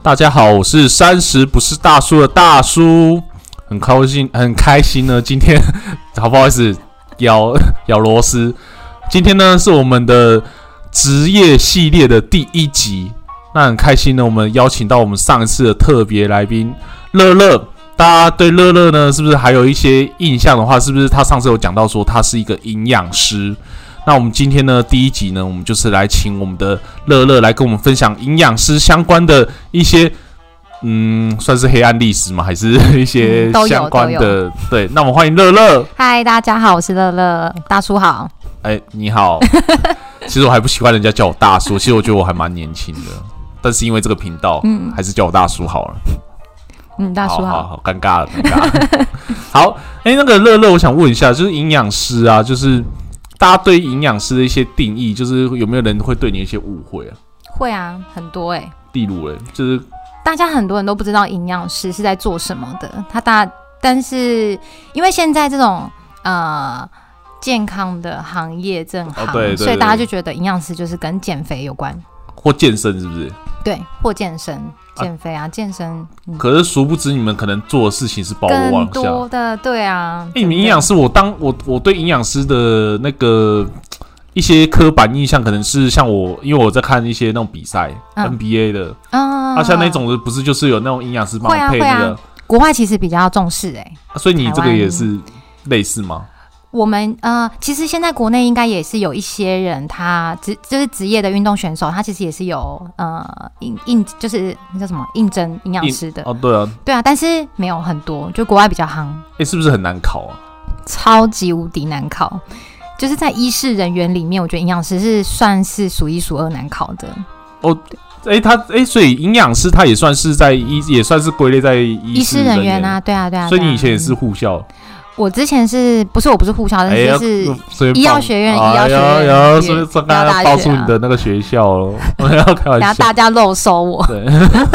大家好，我是30不是大叔的大叔，很开心呢。今天好不好意思，咬螺丝。今天呢是我们的职业系列的第1集，那很开心呢，我们邀请到我们上一次的特别来宾乐乐。大家对乐乐呢，是不是还有一些印象的话，是不是他上次有讲到说他是一个营养师？那我们今天呢，第1集呢，我们就是来请我们的乐乐来跟我们分享营养师相关的一些，算是黑暗历史吗？还是一些相关的？对，那我们欢迎乐乐。 嗨，大家好，我是乐乐，大叔好。 你好。其实我还不习惯人家叫我大叔，其实我觉得我还蛮年轻的，但是因为这个频道，还是叫我大叔好了。 大叔好。 好，尴尬了，尴尬了。好，那个乐乐，我想问一下，就是营养师啊，就是大家对营养师的一些定义，就是有没有人会对你一些误会啊？ 会啊，很多例如就是大家很多人都不知道营养师是在做什么的，但是因为现在这种健康的行业正行， 对， 所以大家就觉得营养师就是跟减肥有关， 或健身是不是？ 对，或健身、减肥啊，健身。 可是殊不知你们可能做的事情是包罗万象， 更多的，对啊。 你们营养师，我对营养师的那个一些刻板印象，可能是像我，因为我在看一些那种比赛，NBA 的，像那种的，不是就是有那种营养师帮我配那个？ 国外其实比较重视所以你这个也是类似吗？ 我们其实现在国内应该也是有一些人，他就是职业的运动选手，他其实也是有就是那叫什么应征营养师的对啊，但是没有很多，就国外比较夯。是不是很难考啊？ 超级无敌难考，就是在医事人员里面，我觉得营养师是算是数1数2难考的。 所以营养师他也算是也算是归类在医事人员啊，对啊。 所以你以前也是护校？ 我之前我不是护校，但是就是医药学院， 所以刚刚要报出你的那个学校了，我要开玩笑， 大家漏收我。 对。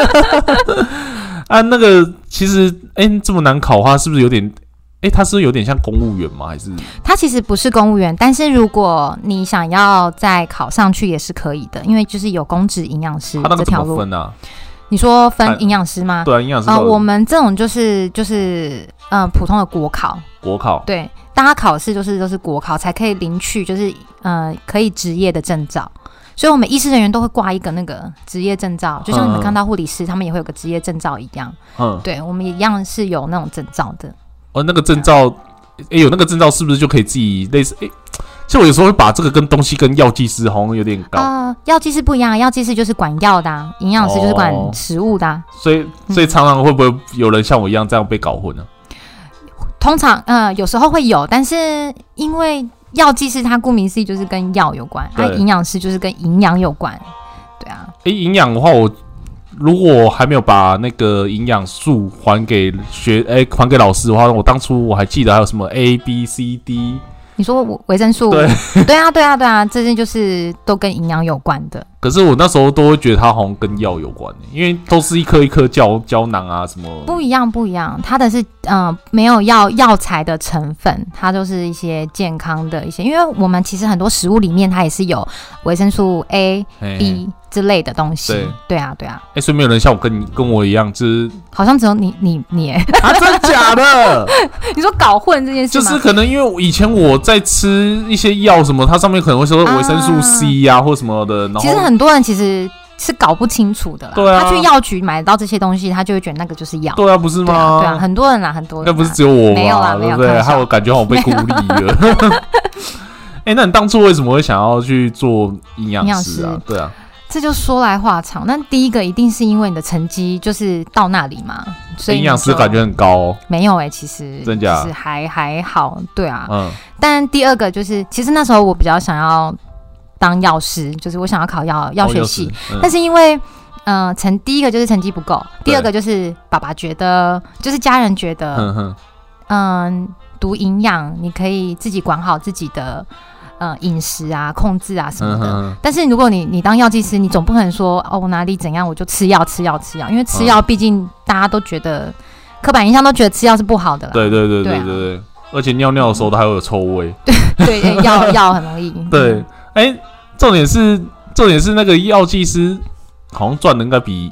那个其实这么难考的话，是不是有点？他是有点像公务员吗？还是？ 他其实不是公务员，但是如果你想要再考上去也是可以的，因为就是有公职营养师这条路。 他那个怎么分啊？ 你说分营养师吗？ 对啊，营养师。 我们这种就是普通的国考。对，大家考试都是国考才可以领取，就是可以职业的证照。所以我们医师人员都会挂一个那个职业证照，就像你们看到护理师他们也会有个职业证照一样。对，我们一样是有那种证照的。 那个证照，有那个证照是不是就可以自己类似？其实我有时候会把这个东西跟药剂师好像有点搞。 药剂师不一样，药剂师就是管药的，营养师就是管食物的。 所以常常会不会有人像我一样这样被搞混呢？ 通常有时候会有，但是因为药剂师它顾名思义就是跟药有关，营养师就是跟营养有关。对啊。营养的话，如果还没有把那个营养素还给老师的话，我当初我还记得还有什么 A、B、C、D。你说维生素？对啊，这些就是都跟营养有关的。 可是我那时候都会觉得它好像跟药有关，因为都是一颗一颗胶囊啊什么。 不一样，它的是没有药材的成分，它都是一些健康的一些。因为我们其实很多食物里面它也是有维生素 A、B 之类的东西。对啊。 所以没有人像我跟我一样，就是好像只有你真的假的？ 你说搞混这件事吗？ 就是可能因为以前我在吃一些药什么，它上面可能会说维生素 C 啊或什么的，然后其实很多人其实是搞不清楚的啦。对啊，他去药局买得到这些东西，他就会觉得那个就是药。 对啊，不是吗？ 对啊，很多人啦。那不是只有我吗？ 没有啦， 对不对？害我感觉好像被孤立了。那你当初为什么会想要去做营养师啊？对啊。 这就说来话长，那第一个一定是因为你的成绩就是到那里嘛，所以营养师感觉很高哦。 没有其实真假就是还好，对啊。但第二个就是，其实那时候我比较想要当药师，就是我想要考药学系，但是因为第一个就是成绩不够，第二个就是爸爸觉得，就是家人觉得，读营养你可以自己管好自己的。饮食啊、控制啊什么的，但是如果你当药剂师，你总不可能说我哪里怎样我就吃药，因为吃药毕竟大家都觉得刻板印象都觉得吃药是不好的啦。 对，而且尿尿的时候都还会有臭味。 对，药很容易。 对，重点是那个药剂师好像赚的应该比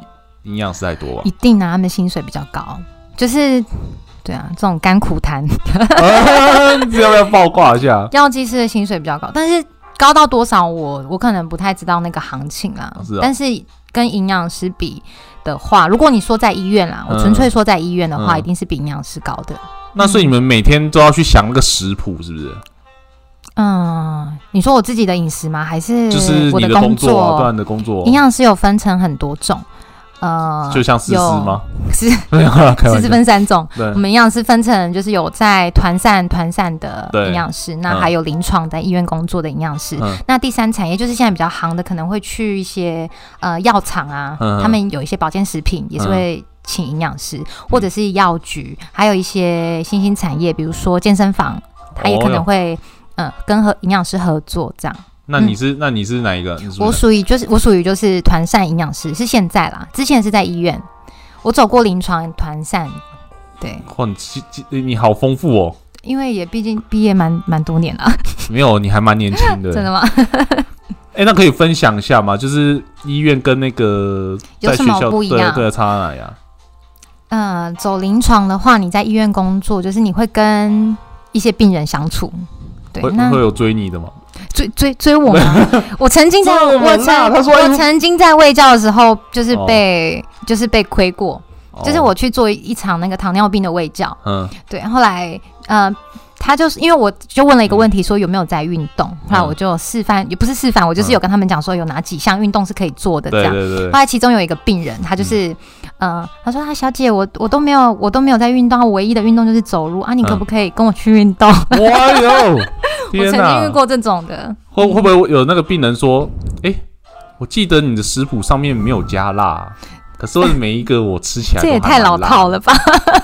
营养师还多吧？ 一定啊，他们薪水比较高，就是对啊，这种甘苦谈， 要不要爆挂一下？ 药剂师的薪水比较高，但是高到多少我可能不太知道那个行情啦。但是跟营养师比的话，如果你说在医院啦，我纯粹说在医院的话，一定是比营养师高的。 那所以你们每天都要去想那个食谱，是不是？ 你说我自己的饮食吗？还是就是我的工作啊？对，你的工作。 营养师有分成很多种， 就像思思吗？ 是思思分3种。我们营养师分成就是有在团膳的营养师，那还有临床在医院工作的营养师。那第3产业就是现在比较行的，可能会去一些药厂啊，他们有一些保健食品也是会请营养师，或者是药局，还有一些新兴产业，比如说健身房，他也可能会跟营养师合作这样。 那你是哪一个？ 我属于就是团膳营养师，是现在啦，之前是在医院，我走过临床团膳。对， 你好丰富哦。 因为也毕竟毕业蛮多年了。没有，你还蛮年轻的。 真的吗？ 那可以分享一下吗？就是医院跟那个有什么不一样？ 对，差在哪呀？ 走临床的话，你在医院工作，就是你会跟一些病人相处。对， 会有追你的吗？ 追我吗？我曾经在卫教的时候，就是被亏过，就是我去做一场那个糖尿病的卫教。对，后来他就是因为我就问了一个问题，说有没有在运动，后来我就示范，也不是示范，我就是有跟他们讲说有哪几项运动是可以做的这样。后来其中有一个病人，他就是他说小姐，我都没有在运动，我唯一的运动就是走路啊，你可不可以跟我去运动？ 哇哟！ 我曾经遇过这种的。 会不会有那个病人说，我记得你的食谱上面没有加辣，可是每一个我吃起来都还蛮辣。这也太老套了吧？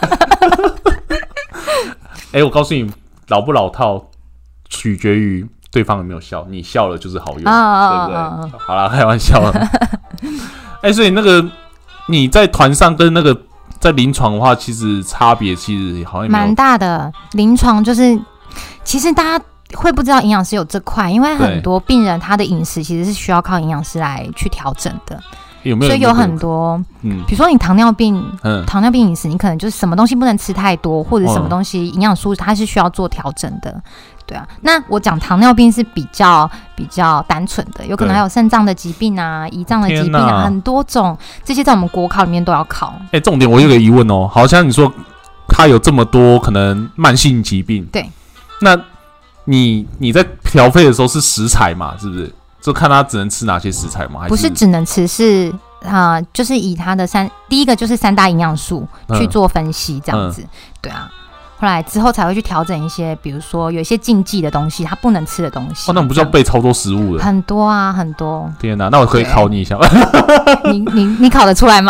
我告诉你，老不老套取决于对方有没有笑，你笑了就是好用，对不对？好啦，开玩笑了。所以那个你在团上跟那个在临床的话，其实差别其实好像蛮大的。临床就是其实大家会不知道营养师有这块，因为很多病人他的饮食其实是需要靠营养师来去调整的。所以有很多，比如说你糖尿病饮食，你可能就是什么东西不能吃太多，或者什么东西营养素它是需要做调整的，对啊。那我讲糖尿病是比较单纯的，有可能还有肾脏的疾病啊、胰脏的疾病啊，很多种，这些在我们国考里面都要考。 重点我有个疑问哦，好像你说他有这么多可能慢性疾病， 对，那你在调配的时候是食材嘛？是不是？就看他只能吃哪些食材吗？还是不是只能吃，是就是以他的第一个就是3大营养素去做分析，这样子，对啊。后来之后才会去调整一些，比如说有一些禁忌的东西，他不能吃的东西。 那我们不是要备超多食物的？ 很多啊，很多。 天哪，那我可以考你一下。 你考得出来吗？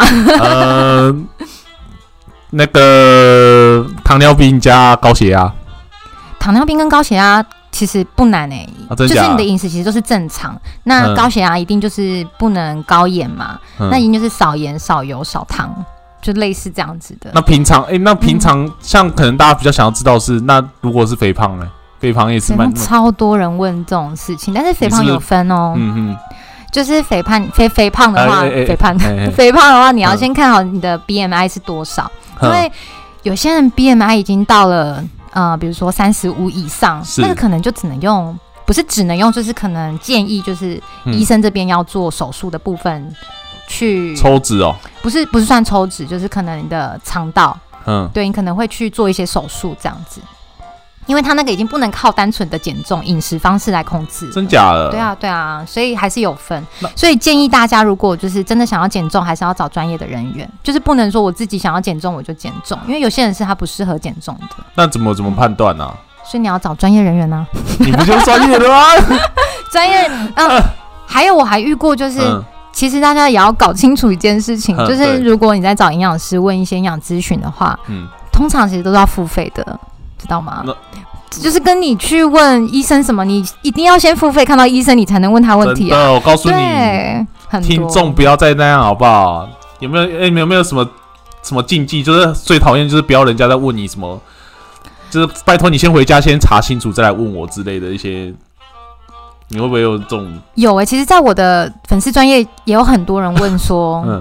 那个糖尿病加高血压。 糖尿病跟高血压其实不难就是你的饮食其实都是正常。那高血压一定就是不能高盐嘛，那一定就是少盐、少油、少糖，就类似这样子的。 那平常像可能大家比较想要知道的是，那如果是肥胖呢？肥胖也是超多人问这种事情，但是肥胖有分哦。就是肥胖的话，肥胖的话，你要先看好你的 BMI 是多少，因为有些人 BMI 已经到了。比如说35以上，那个可能就只能用，不是只能用，就是可能建议就是医生这边要做手术的部分去抽脂哦， 不是算抽脂，就是可能你的肠道，对你可能会去做一些手术这样子，因为他那个已经不能靠单纯的减重饮食方式来控制， 真假的？ 对啊，所以还是有分，所以建议大家如果就是真的想要减重，还是要找专业的人员，就是不能说我自己想要减重我就减重，因为有些人是他不适合减重的。 那怎么判断呢？ 所以你要找专业人员啊。 你不就是专业的吗？ 专业还有我还遇过就是。其实大家也要搞清楚一件事情，就是如果你在找营养师问一些营养咨询的话，通常其实都是要付费的，知道吗？就是跟你去问医生什么，你一定要先付费看到医生，你才能问他问题啊。 我告诉你，听众不要再那样好不好？有没有什么禁忌？就是最讨厌就是不要人家在问你什么，就是拜托你先回家先查清楚再来问我之类的一些。你会不会有这种？ 有其实，在我的粉丝专页也有很多人问说，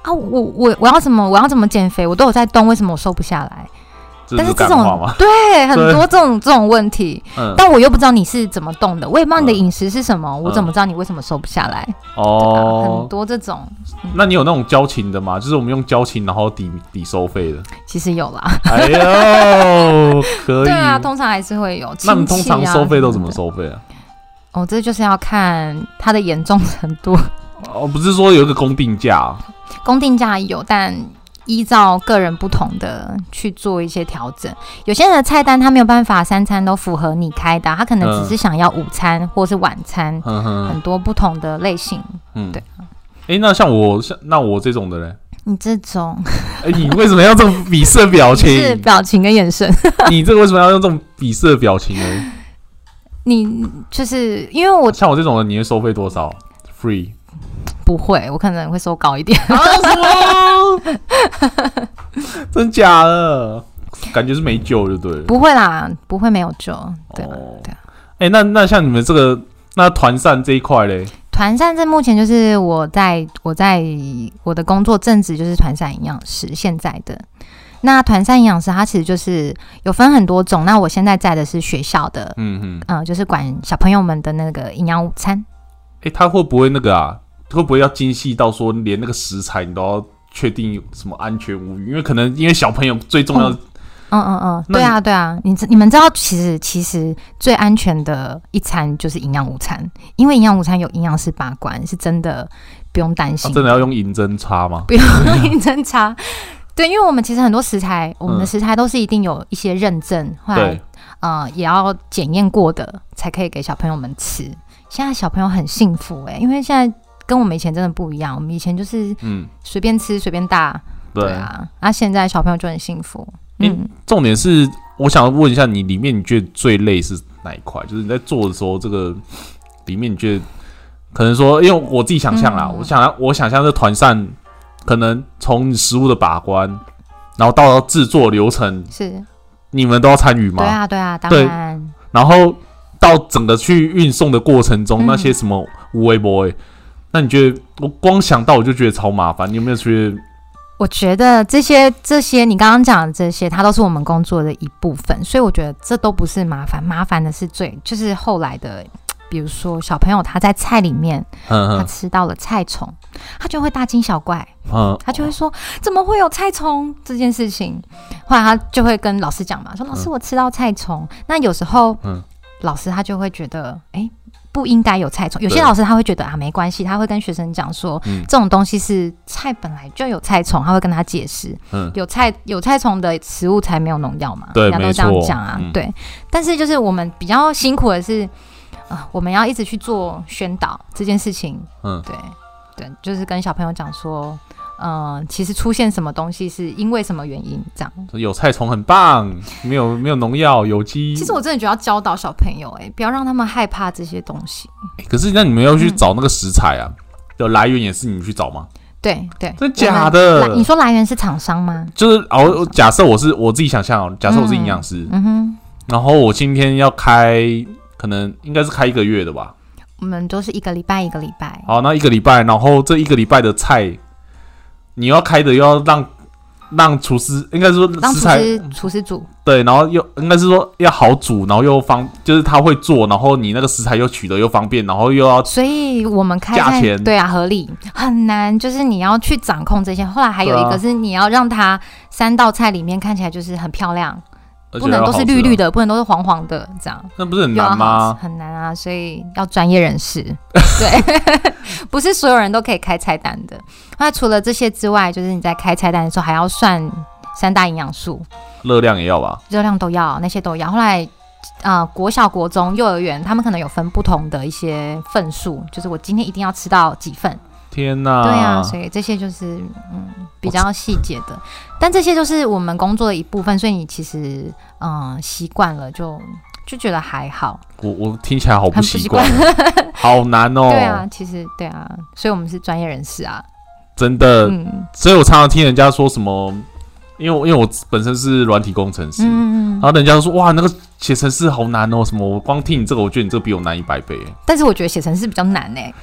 啊，我要怎么减肥？我都有在动，为什么我瘦不下来？ 但是这种对很多这种问题，但我又不知道你是怎么动的，我也不知道你的饮食是什么，我怎么知道你为什么瘦不下来？很多这种。 那你有那种交情的吗？就是我们用交情然后抵收费的？ 其实有啦。 哎呦，可以。 对啊，通常还是会有。 那你通常收费都怎么收费啊？ 哦，这就是要看它的严重程度。 哦，不是说有一个公定价？ 公定价有，但依照个人不同的去做一些调整。有些人的菜单他没有办法3餐都符合你开的，他可能只是想要午餐或是晚餐，很多不同的类型。对。 那那我这种的嘞？ 你这种， 你为什么要这种鄙视的表情？ 是表情跟眼神。 你这个为什么要用这种鄙视的表情呢？ 你就是因为像我这种的，你会收费多少 ？Free？ 不会，我可能会收高一点。 什么？真假的？感觉是没救就对了。 不会啦，不会没有救。对啊，对啊。 那像你们这个那团膳这一块嘞？ 团膳这目前就是我在我的工作正职就是团膳营养师，现在的。那团膳营养师它其实就是有分很多种，那我现在在的是学校的，就是管小朋友们的那个营养午餐。 他会不会那个啊？会不会要精细到说连那个食材你都要确定什么安全无虞？因为小朋友最重要的。 对啊对啊，你们知道其实最安全的一餐就是营养午餐，因为营养午餐有营养师把关，是真的不用担心。 真的要用银针插吗？ 不用用银针插。对，因为我们其实很多食材，我们的食材都是一定有一些认证，后来也要检验过的，才可以给小朋友们吃。现在小朋友很幸福因为现在跟我们以前真的不一样，我们以前就是随便吃随便大，对啊，现在小朋友就很幸福。 重点是我想问一下，你里面你觉得最累是哪一块？就是你在做的时候，这个里面你觉得可能说，因为我自己想象啦，我想象这团膳可能从食物的把关，然后到制作流程，是你们都要参与吗？ 对啊，当然。 然后到整个去运送的过程中，那些什么无微不微，那你觉得我光想到我就觉得超麻烦，你有没有觉得？ 我觉得这些你刚刚讲的这些，它都是我们工作的一部分，所以我觉得这都不是麻烦，麻烦的是就是后来的，比如说小朋友他在菜里面，他吃到了菜虫，他就会大惊小怪，他就会说怎么会有菜虫这件事情，后来他就会跟老师讲嘛，说老师我吃到菜虫，那有时候老师他就会觉得不应该有菜虫，有些老师他会觉得没关系，他会跟学生讲说，这种东西是菜本来就有菜虫，他会跟他解释，有菜虫的食物才没有农药嘛， 对， 大家都这样讲啊，对。但是就是我们比较辛苦的是，我们要一直去做宣导这件事情，对，就是跟小朋友讲说。其实出现什么东西是因为什么原因？这样有菜虫很棒，没有农药，有机。 其实我真的觉得要教导小朋友，不要让他们害怕这些东西。 可是那你们要去找那个食材啊，的来源也是你们去找吗？ 对， 真假的？ 你说来源是厂商吗？ 就是假设我自己想象假设我是营养师，然后我今天要开，可能应该是开1个月的吧。 我们都是1个礼拜1个礼拜。 好，那1个礼拜，然后这1个礼拜的菜。你要开的又要让厨师，应该说让厨师煮， 对，然后又应该是说要好煮，然后又就是他会做，然后你那个食材又取得又方便，然后又要， 所以我们开价钱对啊合理很难，就是你要去掌控这些。后来还有一个是你要让它3道菜里面看起来就是很漂亮。不能都是绿绿的，不能都是黄黄的，这样那不是很难吗？ 很难啊，所以要专业人士。对，不是所有人都可以开菜单的。那除了这些之外，就是你在开菜单的时候还要算3大营养素， 热量也要吧？ 热量都要，那些都要。后来国小、国中、幼儿园，他们可能有分不同的一些份数，就是我今天一定要吃到几份。 天哪！ 对啊，所以这些就是比较细节的，但这些就是我们工作的一部分，所以你其实习惯了就觉得还好。 我听起来好不习惯，好难哦。 对啊，其实对啊，所以我们是专业人士啊， 真的。所以我常常听人家说什么，因为我本身是软体工程师，然后人家说哇那个写程式好难哦，什么我光听你这个，我觉得你这个比我难100倍。 但是我觉得写程式比较难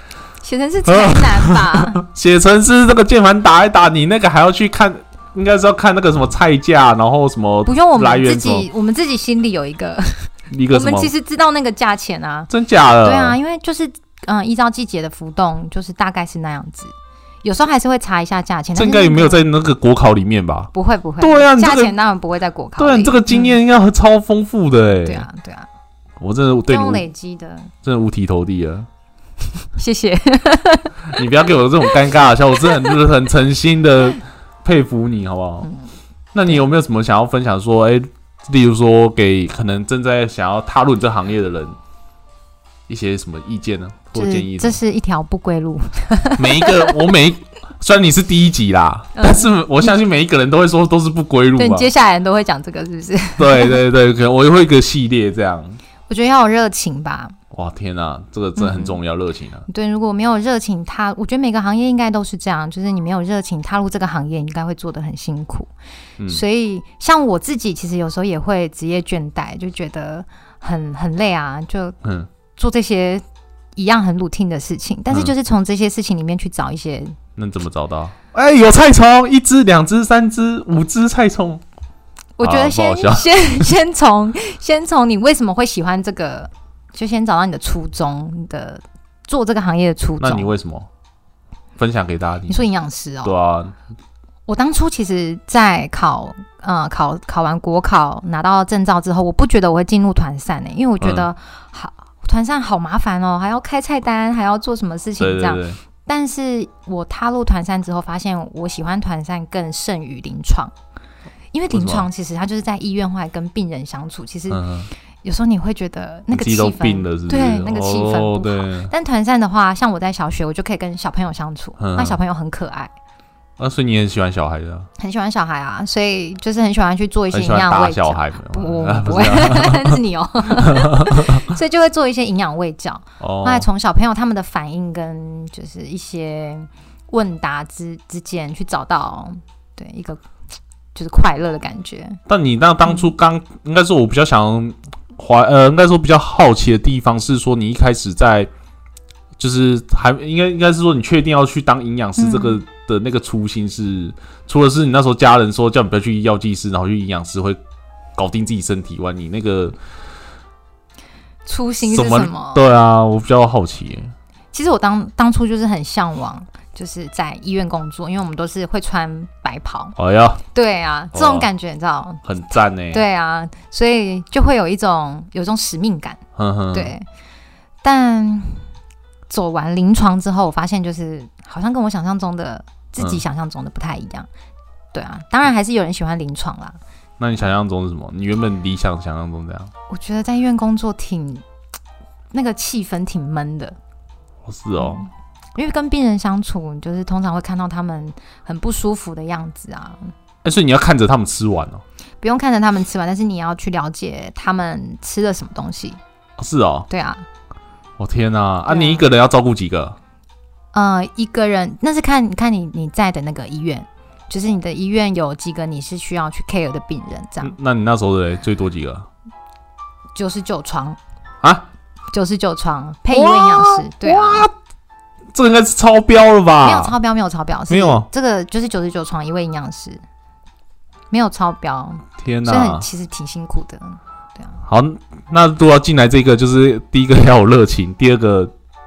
写程式才难吧？ 写程式这个键盘打一打，你那个还要去看，应该是要看那个什么菜价，然后什么不用，我们自己心里有一个我们其实知道那个价钱啊， 真假的？ 对啊，因为就是依照季节的浮动，就是大概是那样子。有时候还是会查一下价钱， 这应该也没有在那个国考里面吧？ 不会， 对啊， 价钱当然不会在国考里。 对啊，你这个经验应该超丰富的哎。 对啊， 我真的对你累积的， 真的五体投地了。 谢谢。 你不要给我这种尴尬的笑，我真的很诚心的佩服你，好不好？那你有没有什么想要分享说，例如说给可能正在想要踏入你这行业的人一些什么意见呢？或建议？ 这是一条不归路。 虽然你是第一集啦，但是我相信每一个人都会说都是不归路吧。 对，接下来人都会讲这个，是不是？ 对，可能我会一个系列这样。 我觉得要有热情吧。 哇，天啊，这个真的很重要，热情啊。 对，如果没有热情，我觉得每个行业应该都是这样，就是你没有热情踏入这个行业，应该会做得很辛苦。所以像我自己，其实有时候也会职业倦怠，就觉得很累啊，就做这些一样很 routine 的事情，但是就是从这些事情里面去找一些。 那怎么找到？有菜虫，1只、2只、3只、5只菜虫。 我觉得先从你为什么会喜欢这个，就先找到你的初衷，你的做这个行业的初衷。 那你为什么分享给大家听？ 你说营养师哦？ 对啊。 我当初其实，在考完国考拿到证照之后，我不觉得我会进入团膳因为我觉得团膳好麻烦哦，还要开菜单，还要做什么事情这样。对。但是我踏入团膳之后，发现我喜欢团膳更胜于临床，因为临床其实它就是在医院或者跟病人相处，其实有时候你会觉得那个气氛，对那个气氛不好。但团膳的话，像我在小学，我就可以跟小朋友相处，那小朋友很可爱。所以你很喜欢小孩的？很喜欢小孩啊，所以就是很喜欢去做一些营养卫教。 小孩不会，那是你哦。所以就会做一些营养卫教。那从小朋友他们的反应跟就是一些问答之间去找到一个就是快乐的感觉。 但你那当初应该说我比较想应该说比较好奇的地方是说，你一开始在就是还应该是说你确定要去当营养师这个的那个初心是，除了是你那时候家人说叫你不要去药剂师，然后去营养师会搞定自己身体外，你那个初心是什么？ 对啊，我比较好奇耶。 其实我当初就是很向往，就是在医院工作，因为我们都是会穿白袍。对啊，这种感觉你知道， 很赞耶。 对啊，所以就会有一种使命感。对，但走完临床之后，我发现就是好像跟我想象中的自己想象中的不太一样。对啊，当然还是有人喜欢临床啦。 那你想象中是什么？你原本理想想象中这样？ 我觉得在医院工作那个气氛挺闷的。 是哦。 因为跟病人相处，就是通常会看到他们很不舒服的样子啊。 所以你要看着他们吃完哦？ 不用看着他们吃完，但是你要去了解他们吃了什么东西。 是哦。 对啊。 我天啊！你一个人要照顾几个？ 一个人那是看你在的那个医院，就是你的医院有几个你是需要去 care 的病人这样。 那你那时候的最多几个 ？99床啊 ！99床配一位营养师，对啊。 这应该是超标了吧？ 没有超标，没有。这个就是99床一位营养师，没有超标。 天哪！ 所以其实挺辛苦的。对啊。 好，那如果要进来这个，就是第一个要有热情，第二个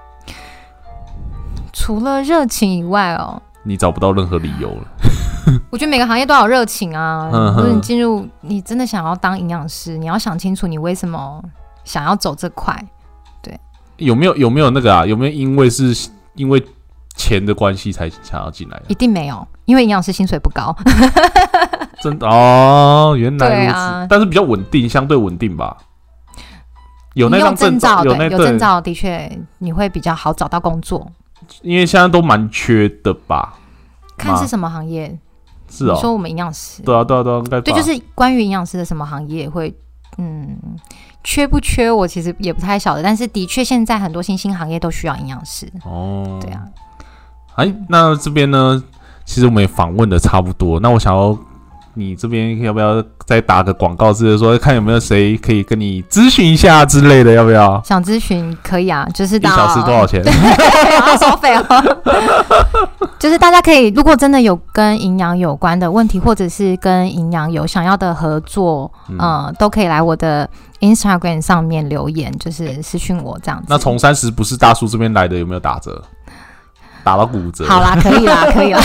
除了热情以外哦， 你找不到任何理由了。 我觉得每个行业都要有热情啊。如果你进入，你真的想要当营养师，你要想清楚你为什么想要走这块。对，有没有那个啊？有没有因为钱的关系才想要进来的？一定没有，因为营养师薪水不高。真的哦，原来如此。啊、但是比较稳定，相对稳定吧。有那张证照，有证照的确你会比较好找到工作，因为现在都蛮缺的吧。看是什么行业。是哦。你说我们营养师？对啊，应该对，就是关于营养师的什么行业会，缺不缺我其实也不太晓得，但是的确现在很多新兴行业都需要营养师。哦，对啊。那这边呢，其实我们也访问的差不多，那我想要你这边要不要再打个广告之类的，说看有没有谁可以跟你咨询一下之类的，要不要？ 想咨询可以啊，就是 1小时多少钱？ 对，要收费哦。就是大家可以，如果真的有跟营养有关的问题，或者是跟营养有想要的合作，都可以来我的 Instagram 上面留言，就是私讯我这样子。 那从30不是大叔这边来的有没有打折？打到骨折？ 好啦，可以啦，可以啦。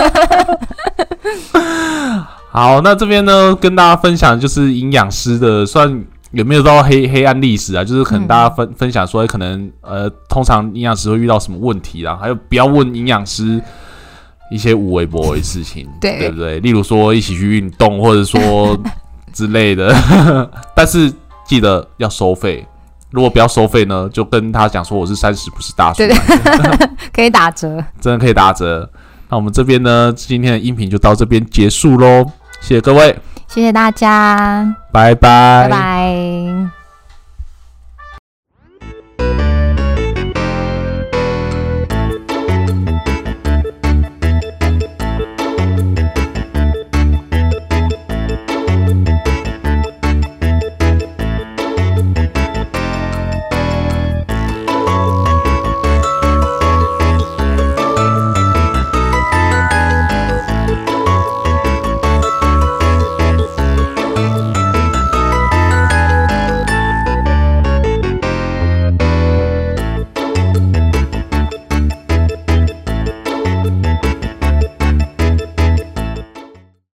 好，那这边呢，跟大家分享就是营养师的算有没有到黑暗历史啊？就是可能大家分享说，可能通常营养师会遇到什么问题啦，还有不要问营养师一些无微博的事情，对不对？例如说一起去运动，或者说之类的，但是记得要收费。如果不要收费呢，就跟他讲说我是30不是大叔， 对，可以打折， 真的可以打折。那我们这边呢，今天的音频就到这边结束咯，谢谢各位， 谢谢大家， 拜拜， 拜拜。